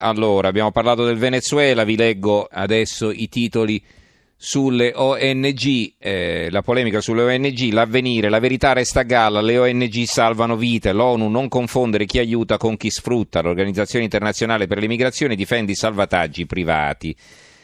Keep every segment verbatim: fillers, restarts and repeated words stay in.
Allora, abbiamo parlato del Venezuela, vi leggo adesso i titoli sulle O N G, eh, la polemica sulle O N G, l'Avvenire, la verità resta a galla, le O N G salvano vite, l'ONU non confondere chi aiuta con chi sfrutta, l'Organizzazione Internazionale per le Migrazioni difende i salvataggi privati.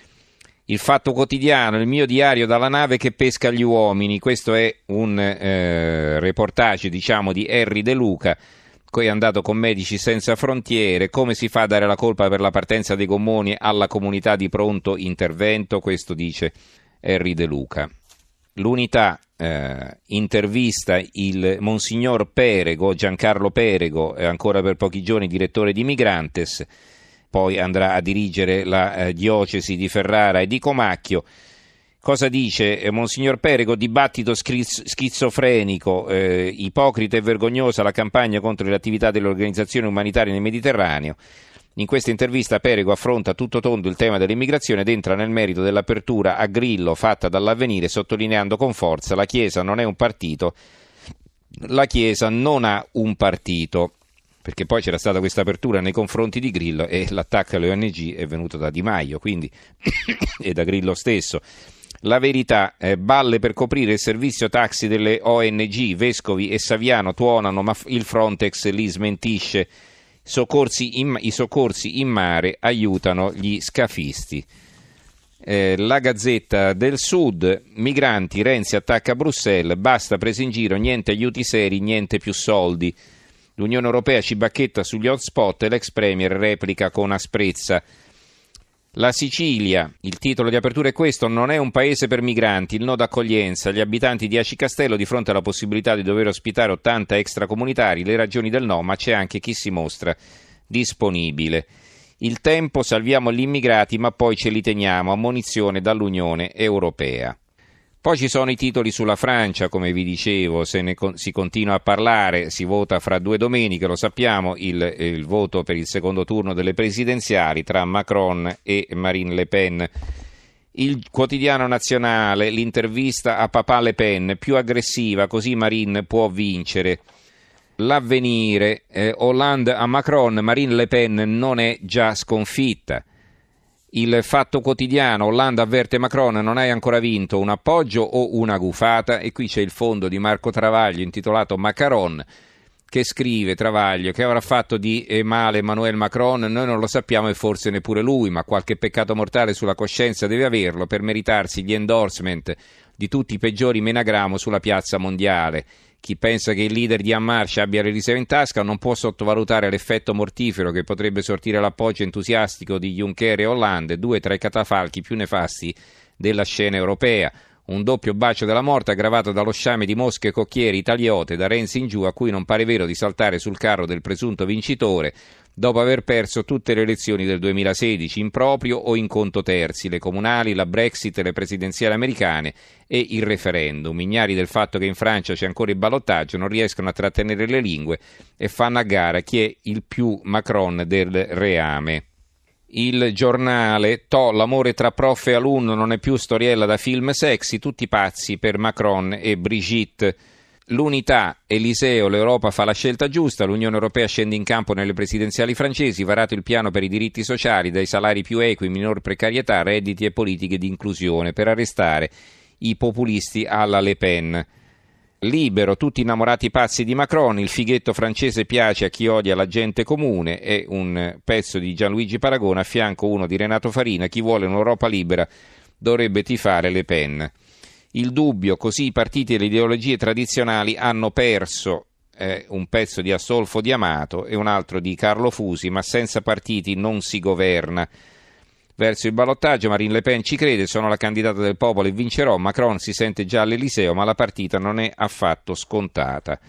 Il Fatto Quotidiano, il mio diario dalla nave che pesca gli uomini, questo è un eh, reportage diciamo di Henry De Luca, che è andato con Medici Senza Frontiere. Come si fa a dare la colpa per la partenza dei gommoni alla comunità di pronto intervento? Questo dice Henry De Luca. L'Unità eh, intervista il Monsignor Perego, Giancarlo Perego, è ancora per pochi giorni direttore di Migrantes, poi andrà a dirigere la eh, diocesi di Ferrara e di Comacchio. Cosa dice eh, Monsignor Perego? Dibattito schiz- schizofrenico, eh, ipocrita e vergognosa la campagna contro le attività delle organizzazioni umanitarie nel Mediterraneo. In questa intervista Perego affronta tutto tondo il tema dell'immigrazione ed entra nel merito dell'apertura a Grillo fatta dall'Avvenire, sottolineando con forza: la Chiesa non è un partito, la Chiesa non ha un partito. Perché poi c'era stata questa apertura nei confronti di Grillo e l'attacco alle O N G è venuto da Di Maio, quindi e da Grillo stesso. La Verità, eh, balle per coprire il servizio taxi delle O N G, Vescovi e Saviano tuonano ma il Frontex li smentisce, soccorsi in, i soccorsi in mare aiutano gli scafisti. Eh, la Gazzetta del Sud, migranti, Renzi attacca Bruxelles, basta prese in giro, niente aiuti seri, niente più soldi. L'Unione Europea ci bacchetta sugli hotspot e l'ex premier replica con asprezza. La Sicilia, il titolo di apertura è questo: non è un paese per migranti, il no d'accoglienza, gli abitanti di Aci Castello di fronte alla possibilità di dover ospitare ottanta extracomunitari, le ragioni del no, ma c'è anche chi si mostra disponibile. Il Tempo, salviamo gli immigrati ma poi ce li teniamo, ammonizione dall'Unione Europea. Poi ci sono i titoli sulla Francia, come vi dicevo, se ne con, si continua a parlare, si vota fra due domeniche, lo sappiamo, il, il voto per il secondo turno delle presidenziali tra Macron e Marine Le Pen. Il Quotidiano Nazionale, l'intervista a papà Le Pen, più aggressiva, così Marine può vincere. L'Avvenire, eh, Hollande a Macron, Marine Le Pen non è già sconfitta. Il Fatto Quotidiano, Hollande avverte Macron, non hai ancora vinto, un appoggio o una gufata? E qui c'è il fondo di Marco Travaglio intitolato Macaron, che scrive Travaglio: che avrà fatto di male Emmanuel Macron? Noi non lo sappiamo e forse neppure lui, ma qualche peccato mortale sulla coscienza deve averlo per meritarsi gli endorsement di tutti i peggiori menagramo sulla piazza mondiale. Chi pensa che il leader di En Marche abbia l'Eliseo in tasca non può sottovalutare l'effetto mortifero che potrebbe sortire l'appoggio entusiastico di Juncker e Hollande, due tra i catafalchi più nefasti della scena europea. Un doppio bacio della morte aggravato dallo sciame di mosche cocchieri italiote da Renzi in giù, a cui non pare vero di saltare sul carro del presunto vincitore dopo aver perso tutte le elezioni del duemilasedici in proprio o in conto terzi, le comunali, la Brexit, le presidenziali americane e il referendum. Ignari del fatto che in Francia c'è ancora il ballottaggio, non riescono a trattenere le lingue e fanno a gara chi è il più Macron del reame. Il Giornale, to, l'amore tra prof e alunno non è più storiella da film sexy, tutti pazzi per Macron e Brigitte. L'Unità, Eliseo, l'Europa fa la scelta giusta, l'Unione Europea scende in campo nelle presidenziali francesi, varato il piano per i diritti sociali, dai salari più equi, minor precarietà, redditi e politiche di inclusione, per arrestare i populisti alla Le Pen. Libero, tutti innamorati pazzi di Macron, il fighetto francese piace a chi odia la gente comune, è un pezzo di Gianluigi Paragone, a fianco uno di Renato Farina, chi vuole un'Europa libera dovrebbe tifare Le Pen. Il Dubbio, così i partiti e le ideologie tradizionali hanno perso, eh, un pezzo di Astolfo Di Amato e un altro di Carlo Fusi, ma senza partiti non si governa. Verso il ballottaggio Marine Le Pen ci crede, sono la candidata del popolo e vincerò, Macron si sente già all'Eliseo, ma la partita non è affatto scontata.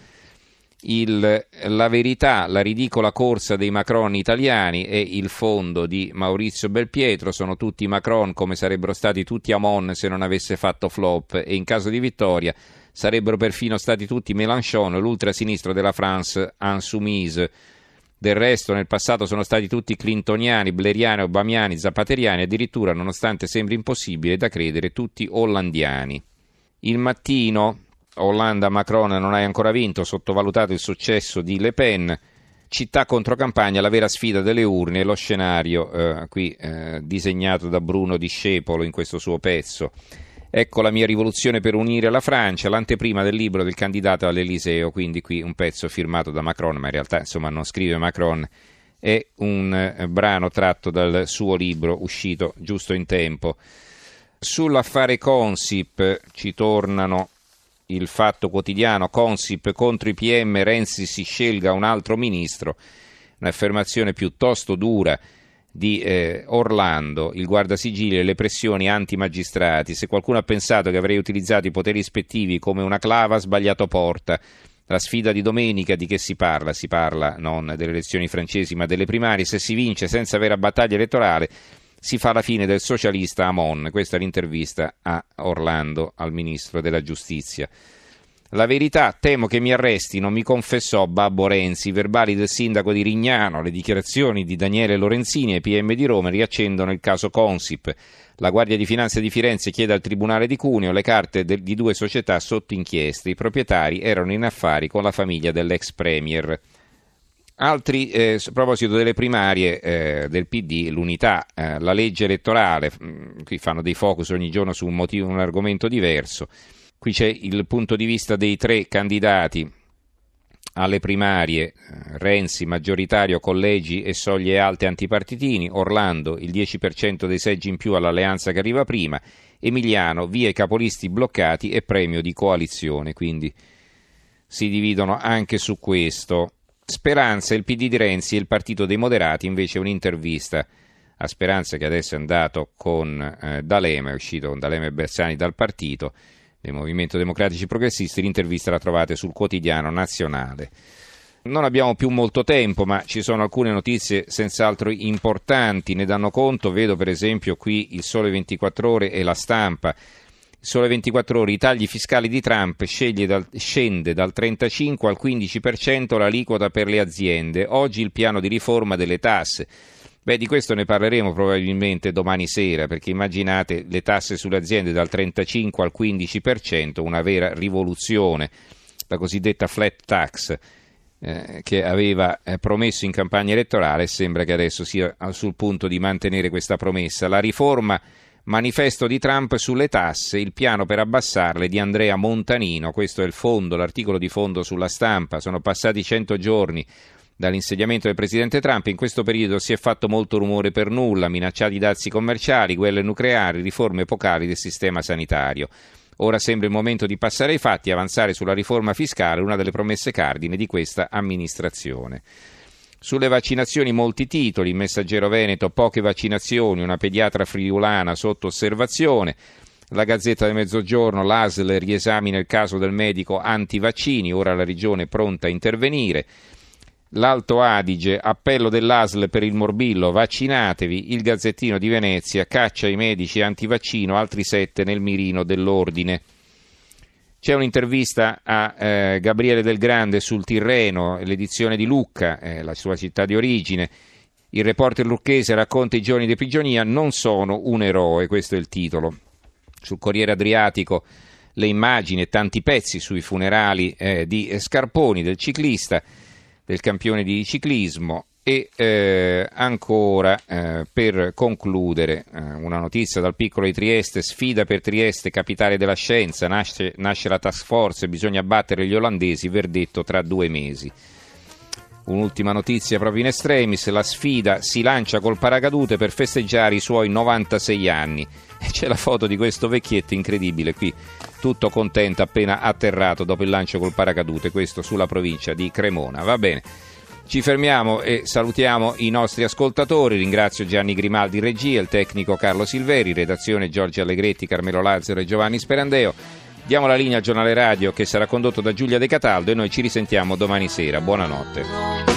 Il, la Verità, la ridicola corsa dei Macron italiani e il fondo di Maurizio Belpietro, sono tutti Macron come sarebbero stati tutti Hamon se non avesse fatto flop e in caso di vittoria sarebbero perfino stati tutti Mélenchon, l'ultrasinistro della France insoumise. Del resto nel passato sono stati tutti clintoniani, blairiani, obamiani, zapateriani, addirittura, nonostante sembri impossibile da credere, tutti hollandiani. Il Mattino, Hollande a Macron non hai ancora vinto, sottovalutato il successo di Le Pen. città contro campagna, la vera sfida delle urne, lo scenario eh, qui eh, disegnato da Bruno Discepolo in questo suo pezzo. Ecco la mia rivoluzione per unire la Francia, l'anteprima del libro del candidato all'Eliseo, quindi qui un pezzo firmato da Macron, ma in realtà insomma non scrive Macron, è un eh, brano tratto dal suo libro uscito giusto in tempo. Sull'affare Consip ci tornano il Fatto Quotidiano, Consip contro i P M, Renzi si scelga un altro ministro, un'affermazione piuttosto dura di eh, Orlando, il guardasigilli e le pressioni anti-magistrati. Se qualcuno ha pensato che avrei utilizzato i poteri ispettivi come una clava, ha sbagliato porta. La sfida di domenica, di che si parla? Si parla non delle elezioni francesi ma delle primarie. Se si vince senza vera battaglia elettorale si fa la fine del socialista Hamon. Questa è l'intervista a Orlando, al ministro della giustizia. La verità, temo che mi arrestino, mi confessò Babbo Renzi. I verbali del sindaco di Rignano, le dichiarazioni di Daniele Lorenzini ai P M di Roma riaccendono il caso Consip. La Guardia di Finanza di Firenze chiede al Tribunale di Cuneo le carte de- di due società sotto inchiesta. I proprietari erano in affari con la famiglia dell'ex premier. Altri, eh, a proposito delle primarie eh, del P D, l'unità, eh, la legge elettorale, mh, qui fanno dei focus ogni giorno su un motivo, un argomento diverso. Qui c'è il punto di vista dei tre candidati alle primarie, Renzi maggioritario, collegi e soglie alte antipartitini, Orlando il dieci per cento dei seggi in più all'alleanza che arriva prima, Emiliano via i capolisti bloccati e premio di coalizione, quindi si dividono anche su questo. Speranza, il P D di Renzi e il partito dei moderati, invece un'intervista a Speranza che adesso è andato con eh, D'Alema, è uscito con D'Alema e Bersani dal partito del Movimento Democratici Progressisti. L'intervista la trovate sul Quotidiano Nazionale. Non abbiamo più molto tempo, ma ci sono alcune notizie senz'altro importanti, ne danno conto, vedo per esempio qui il Sole ventiquattro Ore e La Stampa. Il Sole ventiquattro Ore, i tagli fiscali di Trump, sceglie dal, scende dal trentacinque al quindici per cento l'aliquota per le aziende, oggi il piano di riforma delle tasse. Beh, di questo ne parleremo probabilmente domani sera, perché immaginate le tasse sulle aziende dal trentacinque al quindici per cento, una vera rivoluzione, la cosiddetta flat tax eh, che aveva eh, promesso in campagna elettorale, sembra che adesso sia sul punto di mantenere questa promessa. La riforma manifesto di Trump sulle tasse, il piano per abbassarle di Andrea Montanino, questo è il fondo, l'articolo di fondo sulla Stampa. Sono passati cento giorni dall'insediamento del presidente Trump, in questo periodo si è fatto molto rumore per nulla, minacciati dazi commerciali, guerre nucleari, riforme epocali del sistema sanitario. Ora sembra il momento di passare ai fatti e avanzare sulla riforma fiscale, una delle promesse cardine di questa amministrazione. Sulle vaccinazioni molti titoli, Messaggero Veneto, poche vaccinazioni, una pediatra friulana sotto osservazione. La Gazzetta del Mezzogiorno, l'A S L riesamina il caso del medico antivaccini, ora la regione pronta a intervenire. L'Alto Adige, appello dell'A S L per il morbillo, vaccinatevi. Il Gazzettino di Venezia, caccia i medici antivaccino, altri sette nel mirino dell'ordine. C'è un'intervista a eh, Gabriele Del Grande sul Tirreno, l'edizione di Lucca, eh, la sua città di origine. Il reporter lucchese racconta i giorni di prigionia, non sono un eroe, questo è il titolo. Sul Corriere Adriatico le immagini e tanti pezzi sui funerali eh, di Scarponi, del ciclista, del campione di ciclismo. E eh, ancora eh, per concludere eh, una notizia dal piccolo di Trieste, sfida per Trieste, capitale della scienza, nasce, nasce la task force, bisogna battere gli olandesi, verdetto tra due mesi. Un'ultima notizia proprio in extremis, la sfida si lancia col paracadute per festeggiare i suoi novantasei anni. C'è la foto di questo vecchietto incredibile qui, tutto contento appena atterrato dopo il lancio col paracadute, questo sulla provincia di Cremona. Va bene, ci fermiamo e salutiamo i nostri ascoltatori. Ringrazio Gianni Grimaldi in regia, il tecnico Carlo Silveri, redazione Giorgio Allegretti, Carmelo Lazzaro e Giovanni Sperandeo. Diamo la linea al giornale radio che sarà condotto da Giulia De Cataldo e noi ci risentiamo domani sera. Buonanotte.